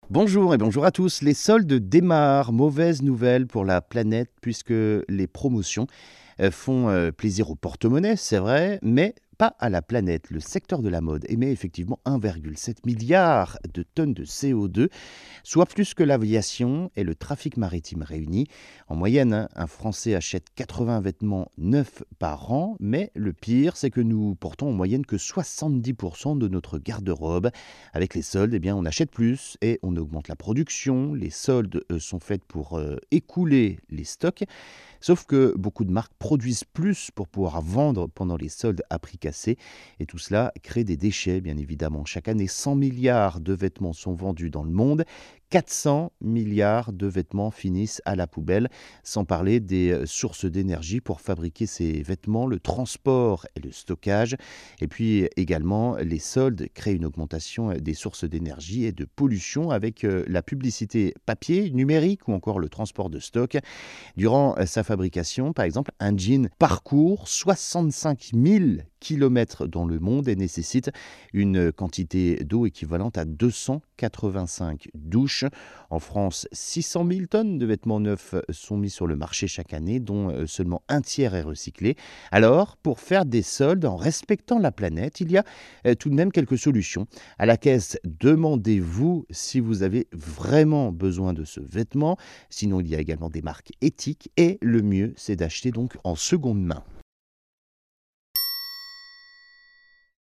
Bonjour et bonjour à tous. Les soldes démarrent. Mauvaise nouvelle pour la planète puisque les promotions font plaisir au porte-monnaie, c'est vrai, mais pas à la planète. Le secteur de la mode émet effectivement 1,7 milliard de tonnes de CO2, soit plus que l'aviation et le trafic maritime réunis. En moyenne, un Français achète 80 vêtements neufs par an, mais le pire, c'est que nous portons en moyenne que 70% de notre garde-robe. Avec les soldes, on achète plus et on augmente la production. Les soldes sont faits pour écouler les stocks. Sauf que beaucoup de marques produisent plus pour pouvoir vendre pendant les soldes à prix cassé. Et tout cela crée des déchets, bien évidemment. Chaque année, 100 milliards de vêtements sont vendus dans le monde. 400 milliards de vêtements finissent à la poubelle, sans parler des sources d'énergie pour fabriquer ces vêtements, le transport et le stockage. Et puis également, les soldes créent une augmentation des sources d'énergie et de pollution avec la publicité papier, numérique ou encore le transport de stock. Durant sa fabrication, par exemple, un jean parcourt 65 000 kilomètres dans le monde et nécessite une quantité d'eau équivalente à 285 douches. En France, 600 000 tonnes de vêtements neufs sont mis sur le marché chaque année, dont seulement un tiers est recyclé. Alors, pour faire des soldes en respectant la planète, il y a tout de même quelques solutions. À la caisse, demandez-vous si vous avez vraiment besoin de ce vêtement. Sinon, il y a également des marques éthiques et le mieux, c'est d'acheter donc en seconde main.